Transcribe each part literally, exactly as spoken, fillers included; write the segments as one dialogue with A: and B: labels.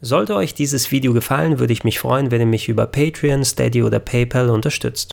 A: Sollte euch dieses Video gefallen, würde ich mich freuen, wenn ihr mich über Patreon, Steady oder PayPal unterstützt.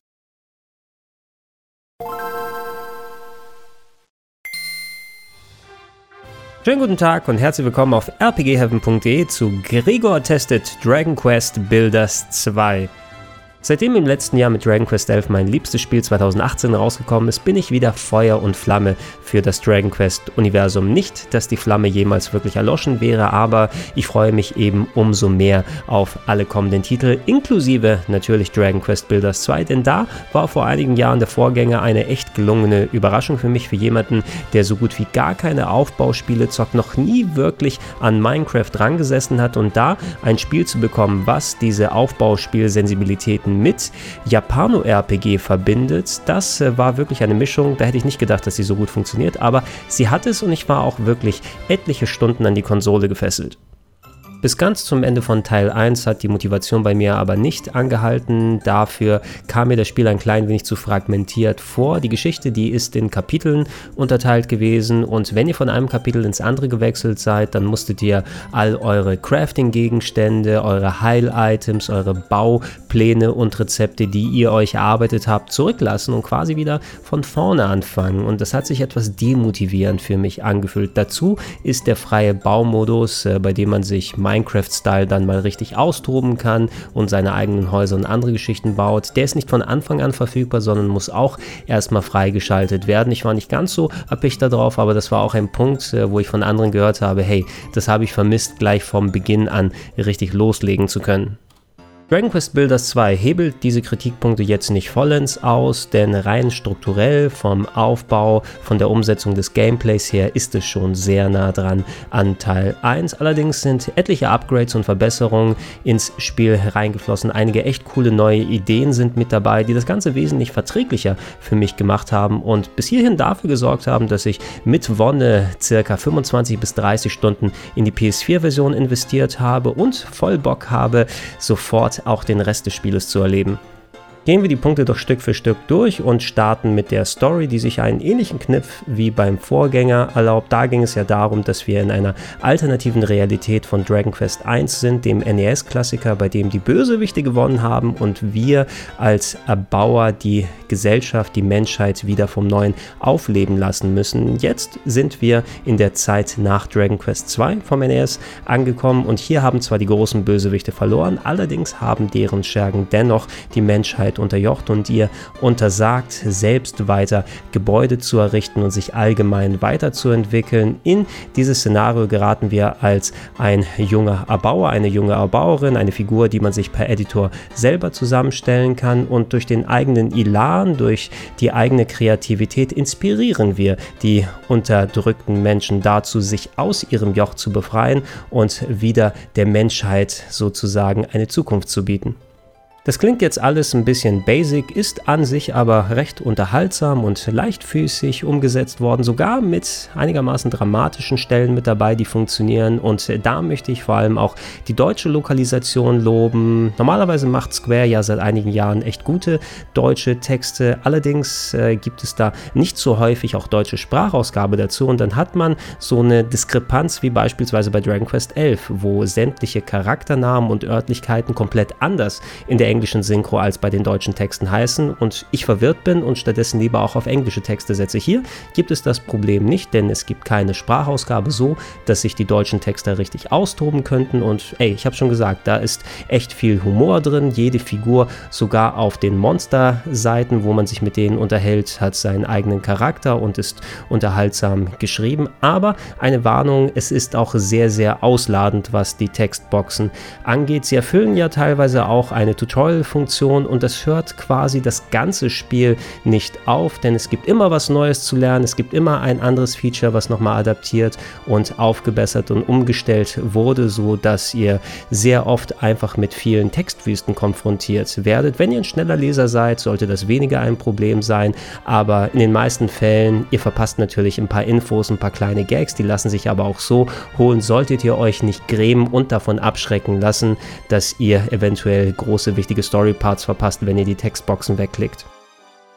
A: Schönen guten Tag und herzlich willkommen auf r p g heaven punkt d e zu Gregor testet Dragon Quest Builders zwei. Seitdem im letzten Jahr mit Dragon Quest elf mein liebstes Spiel zweitausendachtzehn rausgekommen ist, bin ich wieder Feuer und Flamme für das Dragon Quest Universum. Nicht, dass die Flamme jemals wirklich erloschen wäre, aber ich freue mich eben umso mehr auf alle kommenden Titel, inklusive natürlich Dragon Quest Builders zwei, denn da war vor einigen Jahren der Vorgänger eine echt gelungene Überraschung für mich, für jemanden, der so gut wie gar keine Aufbauspiele zockt, noch nie wirklich an Minecraft drangesessen hat, und da ein Spiel zu bekommen, was diese Aufbauspielsensibilitäten mit Japano-R P G verbindet, das äh, war wirklich eine Mischung, da hätte ich nicht gedacht, dass sie so gut funktioniert, aber sie hat es, und ich war auch wirklich etliche Stunden an die Konsole gefesselt. Bis ganz zum Ende von Teil eins hat die Motivation bei mir aber nicht angehalten. Dafür kam mir das Spiel ein klein wenig zu fragmentiert vor. Die Geschichte, die ist in Kapiteln unterteilt gewesen, und wenn ihr von einem Kapitel ins andere gewechselt seid, dann musstet ihr all eure Crafting-Gegenstände, eure Heil-Items, eure Baupläne und Rezepte, die ihr euch erarbeitet habt, zurücklassen und quasi wieder von vorne anfangen. Und das hat sich etwas demotivierend für mich angefühlt. Dazu ist der freie Baumodus, äh, bei dem man sich Minecraft-Style dann mal richtig austoben kann und seine eigenen Häuser und andere Geschichten baut. Der ist nicht von Anfang an verfügbar, sondern muss auch erstmal freigeschaltet werden. Ich war nicht ganz so erpicht darauf, aber das war auch ein Punkt, wo ich von anderen gehört habe, hey, das habe ich vermisst, gleich vom Beginn an richtig loslegen zu können. Dragon Quest Builders zwei hebelt diese Kritikpunkte jetzt nicht vollends aus, denn rein strukturell vom Aufbau, von der Umsetzung des Gameplays her ist es schon sehr nah dran an Teil eins. Allerdings sind etliche Upgrades und Verbesserungen ins Spiel reingeflossen. Einige echt coole neue Ideen sind mit dabei, die das Ganze wesentlich verträglicher für mich gemacht haben und bis hierhin dafür gesorgt haben, dass ich mit Wonne circa fünfundzwanzig bis dreißig Stunden in die P S vier Version investiert habe und voll Bock habe, sofort auch den Rest des Spieles zu erleben. Gehen wir die Punkte doch Stück für Stück durch und starten mit der Story, die sich einen ähnlichen Kniff wie beim Vorgänger erlaubt. Da ging es ja darum, dass wir in einer alternativen Realität von Dragon Quest eins sind, dem N E S-Klassiker, bei dem die Bösewichte gewonnen haben und wir als Erbauer die Gesellschaft, die Menschheit wieder vom Neuen aufleben lassen müssen. Jetzt sind wir in der Zeit nach Dragon Quest zwei vom N E S angekommen, und hier haben zwar die großen Bösewichte verloren, allerdings haben deren Schergen dennoch die Menschheit unterjocht und ihr untersagt, selbst weiter Gebäude zu errichten und sich allgemein weiterzuentwickeln. In dieses Szenario geraten wir als ein junger Erbauer, eine junge Erbauerin, eine Figur, die man sich per Editor selber zusammenstellen kann, und durch den eigenen Elan, durch die eigene Kreativität inspirieren wir die unterdrückten Menschen dazu, sich aus ihrem Joch zu befreien und wieder der Menschheit sozusagen eine Zukunft zu bieten. Das klingt jetzt alles ein bisschen basic, ist an sich aber recht unterhaltsam und leichtfüßig umgesetzt worden, sogar mit einigermaßen dramatischen Stellen mit dabei, die funktionieren, und da möchte ich vor allem auch die deutsche Lokalisation loben. Normalerweise macht Square ja seit einigen Jahren echt gute deutsche Texte, allerdings äh, gibt es da nicht so häufig auch deutsche Sprachausgabe dazu, und dann hat man so eine Diskrepanz wie beispielsweise bei Dragon Quest elf, wo sämtliche Charakternamen und Örtlichkeiten komplett anders in der englischen Synchro als bei den deutschen Texten heißen und ich verwirrt bin und stattdessen lieber auch auf englische Texte setze. Hier gibt es das Problem nicht, denn es gibt keine Sprachausgabe so, dass sich die deutschen Texte richtig austoben könnten, und ey, ich habe schon gesagt, da ist echt viel Humor drin. Jede Figur, sogar auf den Monsterseiten, wo man sich mit denen unterhält, hat seinen eigenen Charakter und ist unterhaltsam geschrieben, aber eine Warnung, es ist auch sehr, sehr ausladend, was die Textboxen angeht. Sie erfüllen ja teilweise auch eine Tutorial Funktion, und das hört quasi das ganze Spiel nicht auf, denn es gibt immer was Neues zu lernen, es gibt immer ein anderes Feature, was nochmal adaptiert und aufgebessert und umgestellt wurde, so dass ihr sehr oft einfach mit vielen Textwüsten konfrontiert werdet. Wenn ihr ein schneller Leser seid, sollte das weniger ein Problem sein, aber in den meisten Fällen, ihr verpasst natürlich ein paar Infos, ein paar kleine Gags, die lassen sich aber auch so holen, solltet ihr euch nicht grämen und davon abschrecken lassen, dass ihr eventuell große, wichtige Storyparts verpasst, wenn ihr die Textboxen wegklickt.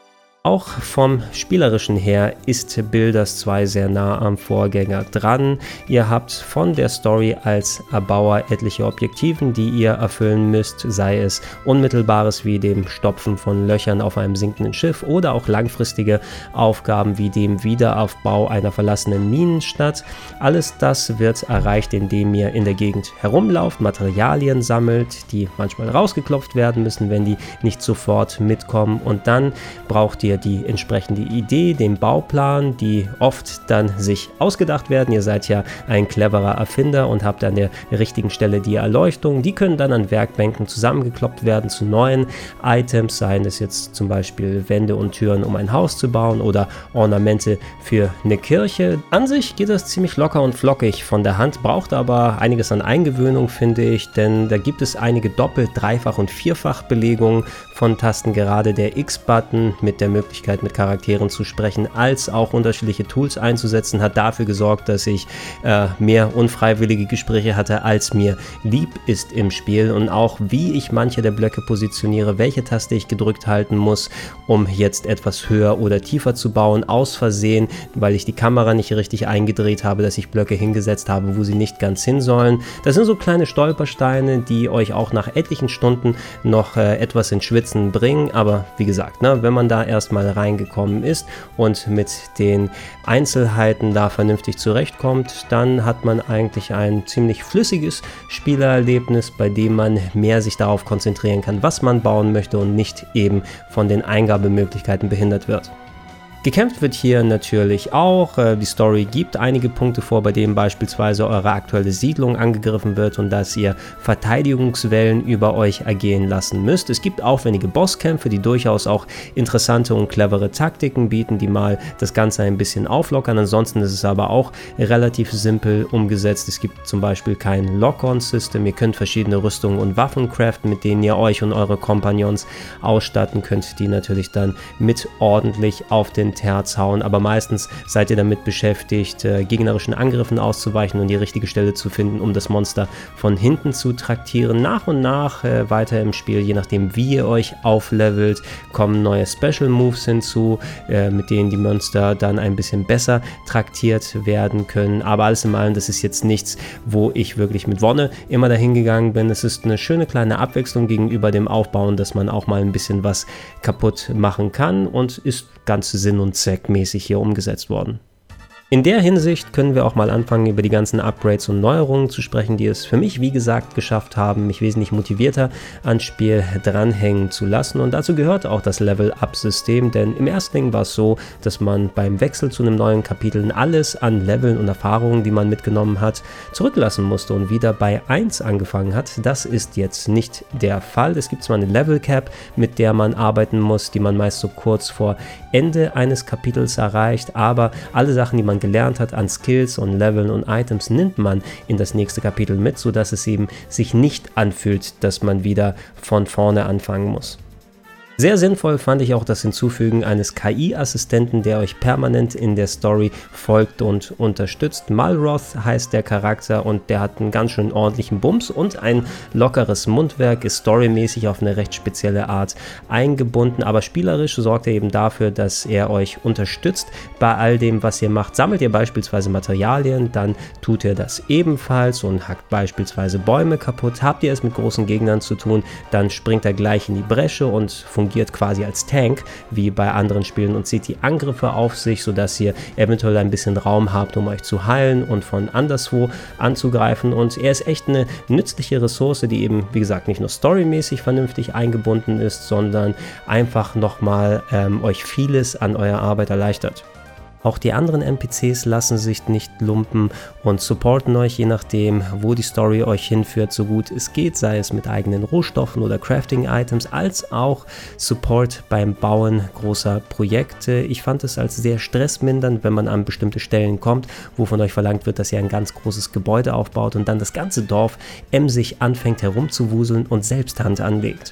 A: Auch vom Spielerischen her ist Builders zwei sehr nah am Vorgänger dran. Ihr habt von der Story als Erbauer etliche Objektiven, die ihr erfüllen müsst, sei es Unmittelbares wie dem Stopfen von Löchern auf einem sinkenden Schiff oder auch langfristige Aufgaben wie dem Wiederaufbau einer verlassenen Minenstadt. Alles das wird erreicht, indem ihr in der Gegend herumlauft, Materialien sammelt, die manchmal rausgeklopft werden müssen, wenn die nicht sofort mitkommen, und dann braucht ihr die entsprechende Idee, den Bauplan, die oft dann sich ausgedacht werden. Ihr seid ja ein cleverer Erfinder und habt an der richtigen Stelle die Erleuchtung. Die können dann an Werkbänken zusammengekloppt werden zu neuen Items, seien es jetzt zum Beispiel Wände und Türen, um ein Haus zu bauen, oder Ornamente für eine Kirche. An sich geht das ziemlich locker und flockig von der Hand, braucht aber einiges an Eingewöhnung, finde ich, denn da gibt es einige Doppel-, Dreifach- und Vierfachbelegungen von Tasten, gerade der X-Button mit der Möglichkeit, mit Charakteren zu sprechen, als auch unterschiedliche Tools einzusetzen, hat dafür gesorgt, dass ich äh, mehr unfreiwillige Gespräche hatte, als mir lieb ist im Spiel, und auch wie ich manche der Blöcke positioniere, welche Taste ich gedrückt halten muss, um jetzt etwas höher oder tiefer zu bauen, aus Versehen, weil ich die Kamera nicht richtig eingedreht habe, dass ich Blöcke hingesetzt habe, wo sie nicht ganz hin sollen. Das sind so kleine Stolpersteine, die euch auch nach etlichen Stunden noch äh, etwas ins Schwitzen bringen, aber wie gesagt, ne, wenn man da erstmal reingekommen ist und mit den Einzelheiten da vernünftig zurechtkommt, dann hat man eigentlich ein ziemlich flüssiges Spielerlebnis, bei dem man mehr sich darauf konzentrieren kann, was man bauen möchte, und nicht eben von den Eingabemöglichkeiten behindert wird. Gekämpft wird hier natürlich auch. Die Story gibt einige Punkte vor, bei denen beispielsweise eure aktuelle Siedlung angegriffen wird und dass ihr Verteidigungswellen über euch ergehen lassen müsst. Es gibt aufwendige Bosskämpfe, die durchaus auch interessante und clevere Taktiken bieten, die mal das Ganze ein bisschen auflockern. Ansonsten ist es aber auch relativ simpel umgesetzt. Es gibt zum Beispiel kein Lock-on-System. Ihr könnt verschiedene Rüstungen und Waffen craften, mit denen ihr euch und eure Kompagnons ausstatten könnt, die natürlich dann mit ordentlich auf den Herz hauen, aber meistens seid ihr damit beschäftigt, äh, gegnerischen Angriffen auszuweichen und die richtige Stelle zu finden, um das Monster von hinten zu traktieren. Nach und nach äh, weiter im Spiel, je nachdem wie ihr euch auflevelt, kommen neue Special Moves hinzu, äh, mit denen die Monster dann ein bisschen besser traktiert werden können, aber alles in allem, das ist jetzt nichts, wo ich wirklich mit Wonne immer dahin gegangen bin. Es ist eine schöne kleine Abwechslung gegenüber dem Aufbauen, dass man auch mal ein bisschen was kaputt machen kann, und ist ganz Sinn und zweckmäßig hier umgesetzt worden. In der Hinsicht können wir auch mal anfangen, über die ganzen Upgrades und Neuerungen zu sprechen, die es für mich, wie gesagt, geschafft haben, mich wesentlich motivierter ans Spiel dranhängen zu lassen. Und dazu gehört auch das Level-Up-System, denn im ersten war es so, dass man beim Wechsel zu einem neuen Kapitel alles an Leveln und Erfahrungen, die man mitgenommen hat, zurücklassen musste und wieder bei eins angefangen hat. Das ist jetzt nicht der Fall. Es gibt zwar eine Level-Cap, mit der man arbeiten muss, die man meist so kurz vor Ende eines Kapitels erreicht, aber alle Sachen, die man gelernt hat an Skills und Leveln und Items, nimmt man in das nächste Kapitel mit, sodass es eben sich nicht anfühlt, dass man wieder von vorne anfangen muss. Sehr sinnvoll fand ich auch das Hinzufügen eines K I-Assistenten, der euch permanent in der Story folgt und unterstützt. Malroth heißt der Charakter und der hat einen ganz schön ordentlichen Bums und ein lockeres Mundwerk, ist storymäßig auf eine recht spezielle Art eingebunden, aber spielerisch sorgt er eben dafür, dass er euch unterstützt bei all dem, was ihr macht. Sammelt ihr beispielsweise Materialien, dann tut er das ebenfalls und hackt beispielsweise Bäume kaputt. Habt ihr es mit großen Gegnern zu tun, dann springt er gleich in die Bresche und fungiert quasi als Tank, wie bei anderen Spielen, und zieht die Angriffe auf sich, sodass ihr eventuell ein bisschen Raum habt, um euch zu heilen und von anderswo anzugreifen. Und er ist echt eine nützliche Ressource, die eben, wie gesagt, nicht nur storymäßig vernünftig eingebunden ist, sondern einfach nochmal ähm, euch vieles an eurer Arbeit erleichtert. Auch die anderen N P Cs lassen sich nicht lumpen und supporten euch, je nachdem, wo die Story euch hinführt, so gut es geht, sei es mit eigenen Rohstoffen oder Crafting-Items, als auch Support beim Bauen großer Projekte. Ich fand es als sehr stressmindernd, wenn man an bestimmte Stellen kommt, wo von euch verlangt wird, dass ihr ein ganz großes Gebäude aufbaut und dann das ganze Dorf emsig anfängt herumzuwuseln und selbst Hand anlegt.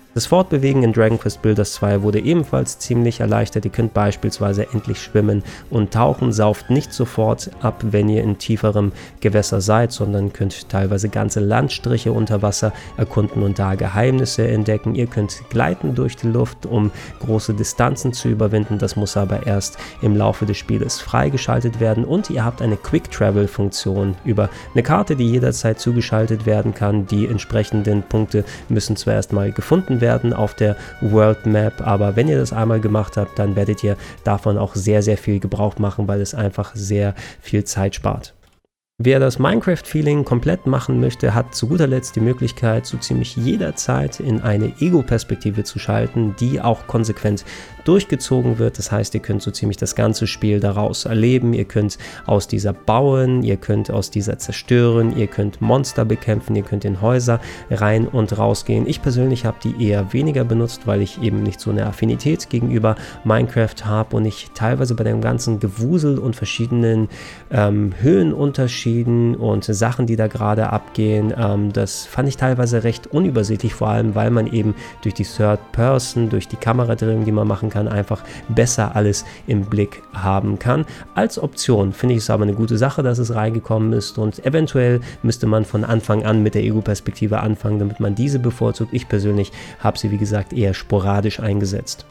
A: Das Fortbewegen in Dragon Quest Builders zwei wurde ebenfalls ziemlich erleichtert. Ihr könnt beispielsweise endlich schwimmen und tauchen, sauft nicht sofort ab, wenn ihr in tieferem Gewässer seid, sondern könnt teilweise ganze Landstriche unter Wasser erkunden und da Geheimnisse entdecken. Ihr könnt gleiten durch die Luft, um große Distanzen zu überwinden. Das muss aber erst im Laufe des Spieles freigeschaltet werden und ihr habt eine Quick Travel Funktion über eine Karte, die jederzeit zugeschaltet werden kann. Die entsprechenden Punkte müssen zwar erstmal gefunden werden auf der World Map, aber wenn ihr das einmal gemacht habt, dann werdet ihr davon auch sehr, sehr viel Gebrauch machen, weil es einfach sehr viel Zeit spart. Wer das Minecraft-Feeling komplett machen möchte, hat zu guter Letzt die Möglichkeit, so ziemlich jederzeit in eine Ego-Perspektive zu schalten, die auch konsequent durchgezogen wird. Das heißt, ihr könnt so ziemlich das ganze Spiel daraus erleben. Ihr könnt aus dieser bauen, ihr könnt aus dieser zerstören, ihr könnt Monster bekämpfen, ihr könnt in Häuser rein und rausgehen. Ich persönlich habe die eher weniger benutzt, weil ich eben nicht so eine Affinität gegenüber Minecraft habe und ich teilweise bei dem ganzen Gewusel und verschiedenen ähm, Höhenunterschieden und Sachen, die da gerade abgehen, ähm, das fand ich teilweise recht unübersichtlich, vor allem weil man eben durch die Third Person, durch die Kameradrehung, die man machen kann, einfach besser alles im Blick haben kann. Als Option finde ich es aber eine gute Sache, dass es reingekommen ist und eventuell müsste man von Anfang an mit der Ego-Perspektive anfangen, damit man diese bevorzugt. Ich persönlich habe sie, wie gesagt, eher sporadisch eingesetzt.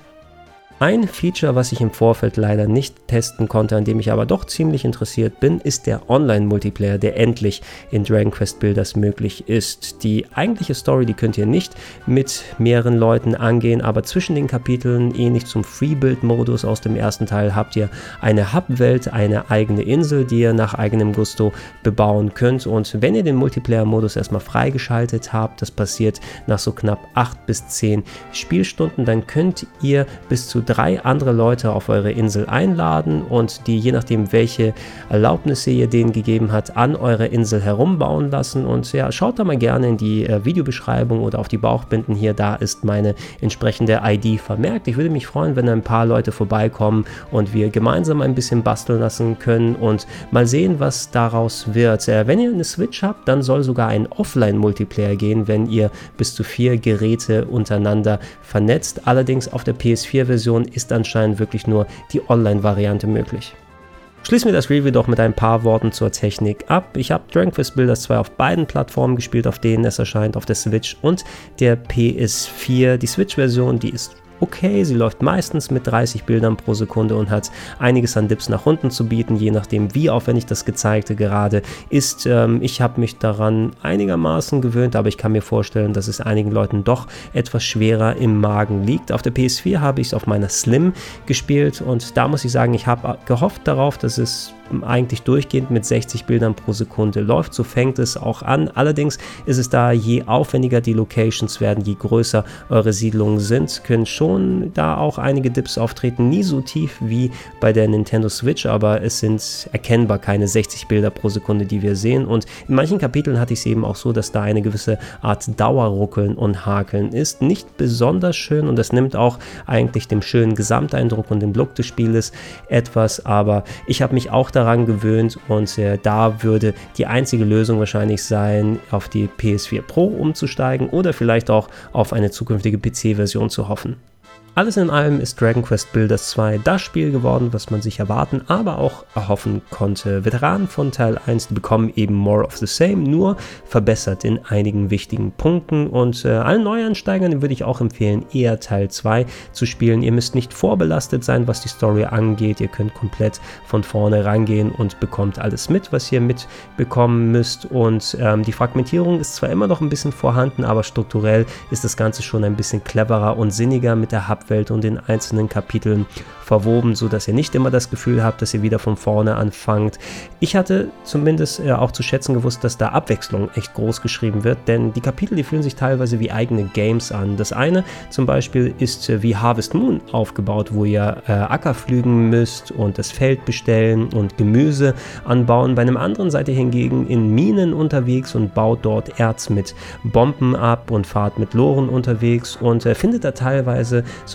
A: Ein Feature, was ich im Vorfeld leider nicht testen konnte, an dem ich aber doch ziemlich interessiert bin, ist der Online-Multiplayer, der endlich in Dragon Quest Builders möglich ist. Die eigentliche Story, die könnt ihr nicht mit mehreren Leuten angehen, aber zwischen den Kapiteln, ähnlich zum Free-Build-Modus aus dem ersten Teil, habt ihr eine Hub-Welt, eine eigene Insel, die ihr nach eigenem Gusto bebauen könnt. Und wenn ihr den Multiplayer-Modus erstmal freigeschaltet habt, das passiert nach so knapp acht bis zehn Spielstunden, dann könnt ihr bis zu drei andere Leute auf eure Insel einladen und die, je nachdem welche Erlaubnisse ihr denen gegeben habt, an eurer Insel herumbauen lassen. Und ja, schaut da mal gerne in die äh, Videobeschreibung oder auf die Bauchbinden hier, da ist meine entsprechende I D vermerkt. Ich würde mich freuen, wenn ein paar Leute vorbeikommen und wir gemeinsam ein bisschen basteln lassen können und mal sehen, was daraus wird. Äh, wenn ihr eine Switch habt, dann soll sogar ein Offline-Multiplayer gehen, wenn ihr bis zu vier Geräte untereinander vernetzt. Allerdings auf der P S vier Version ist anscheinend wirklich nur die Online-Variante möglich. Schließen wir das Review doch mit ein paar Worten zur Technik ab. Ich habe Dragon Quest Builders zwei auf beiden Plattformen gespielt, auf denen es erscheint, auf der Switch und der P S vier. Die Switch-Version, die ist okay, sie läuft meistens mit dreißig Bildern pro Sekunde und hat einiges an Dips nach unten zu bieten, je nachdem wie aufwendig das Gezeigte gerade ist. Ähm, ich habe mich daran einigermaßen gewöhnt, aber ich kann mir vorstellen, dass es einigen Leuten doch etwas schwerer im Magen liegt. Auf der P S vier habe ich es auf meiner Slim gespielt und da muss ich sagen, ich habe gehofft darauf, dass es eigentlich durchgehend mit sechzig Bildern pro Sekunde läuft, so fängt es auch an. Allerdings ist es da, je aufwendiger die Locations werden, je größer eure Siedlungen sind, können schon da auch einige Dips auftreten, nie so tief wie bei der Nintendo Switch, aber es sind erkennbar keine sechzig Bilder pro Sekunde, die wir sehen, und in manchen Kapiteln hatte ich es eben auch so, dass da eine gewisse Art Dauerruckeln und Hakeln ist, nicht besonders schön, und das nimmt auch eigentlich dem schönen Gesamteindruck und dem Look des Spieles etwas, aber ich habe mich auch daran gewöhnt und äh, da würde die einzige Lösung wahrscheinlich sein, auf die P S vier Pro umzusteigen oder vielleicht auch auf eine zukünftige P C-Version zu hoffen. Alles in allem ist Dragon Quest Builders zwei das Spiel geworden, was man sich erwarten, aber auch erhoffen konnte. Veteranen von Teil eins, die bekommen eben more of the same, nur verbessert in einigen wichtigen Punkten, und äh, allen Neueinsteigern würde ich auch empfehlen, eher Teil zwei zu spielen. Ihr müsst nicht vorbelastet sein, was die Story angeht, ihr könnt komplett von vorne rangehen und bekommt alles mit, was ihr mitbekommen müsst, und ähm, die Fragmentierung ist zwar immer noch ein bisschen vorhanden, aber strukturell ist das Ganze schon ein bisschen cleverer und sinniger mit der Hub Welt und den einzelnen Kapiteln verwoben, so dass ihr nicht immer das Gefühl habt, dass ihr wieder von vorne anfangt. Ich hatte zumindest äh, auch zu schätzen gewusst, dass da Abwechslung echt groß geschrieben wird, denn die Kapitel, die fühlen sich teilweise wie eigene Games an. Das eine zum Beispiel ist äh, wie Harvest Moon aufgebaut, wo ihr äh, Acker pflügen müsst und das Feld bestellen und Gemüse anbauen. Bei einem anderen seid ihr hingegen in Minen unterwegs und baut dort Erz mit Bomben ab und fahrt mit Loren unterwegs und äh, findet da teilweise so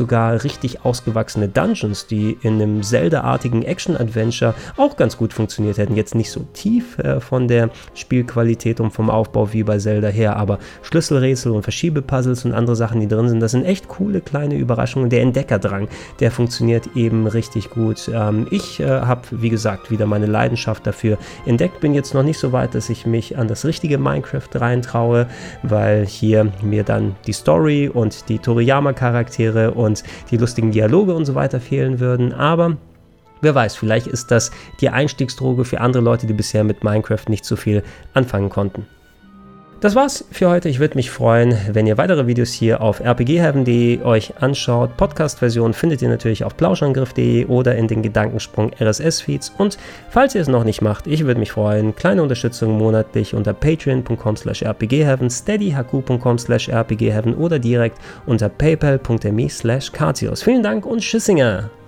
A: sogar richtig ausgewachsene Dungeons, die in einem Zelda-artigen Action-Adventure auch ganz gut funktioniert hätten. Jetzt nicht so tief äh, von der Spielqualität und vom Aufbau wie bei Zelda her, aber Schlüsselrätsel und Verschiebepuzzles und andere Sachen, die drin sind, das sind echt coole kleine Überraschungen. Der Entdeckerdrang, der funktioniert eben richtig gut. Ähm, ich äh, habe, wie gesagt, wieder meine Leidenschaft dafür entdeckt, bin jetzt noch nicht so weit, dass ich mich an das richtige Minecraft reintraue, weil hier mir dann die Story und die Toriyama-Charaktere und die lustigen Dialoge und so weiter fehlen würden, aber wer weiß, vielleicht ist das die Einstiegsdroge für andere Leute, die bisher mit Minecraft nicht so viel anfangen konnten. Das war's für heute. Ich würde mich freuen, wenn ihr weitere Videos hier auf r p g heaven punkt d e euch anschaut. Podcast-Version findet ihr natürlich auf plauschangriff punkt d e oder in den Gedankensprung R S S-Feeds. Und falls ihr es noch nicht macht, ich würde mich freuen, kleine Unterstützung monatlich unter patreon punkt com slash r p g heaven, steadyhq punkt com slash r p g heaven oder direkt unter paypal punkt me slash katios. Vielen Dank und Tschüssinger!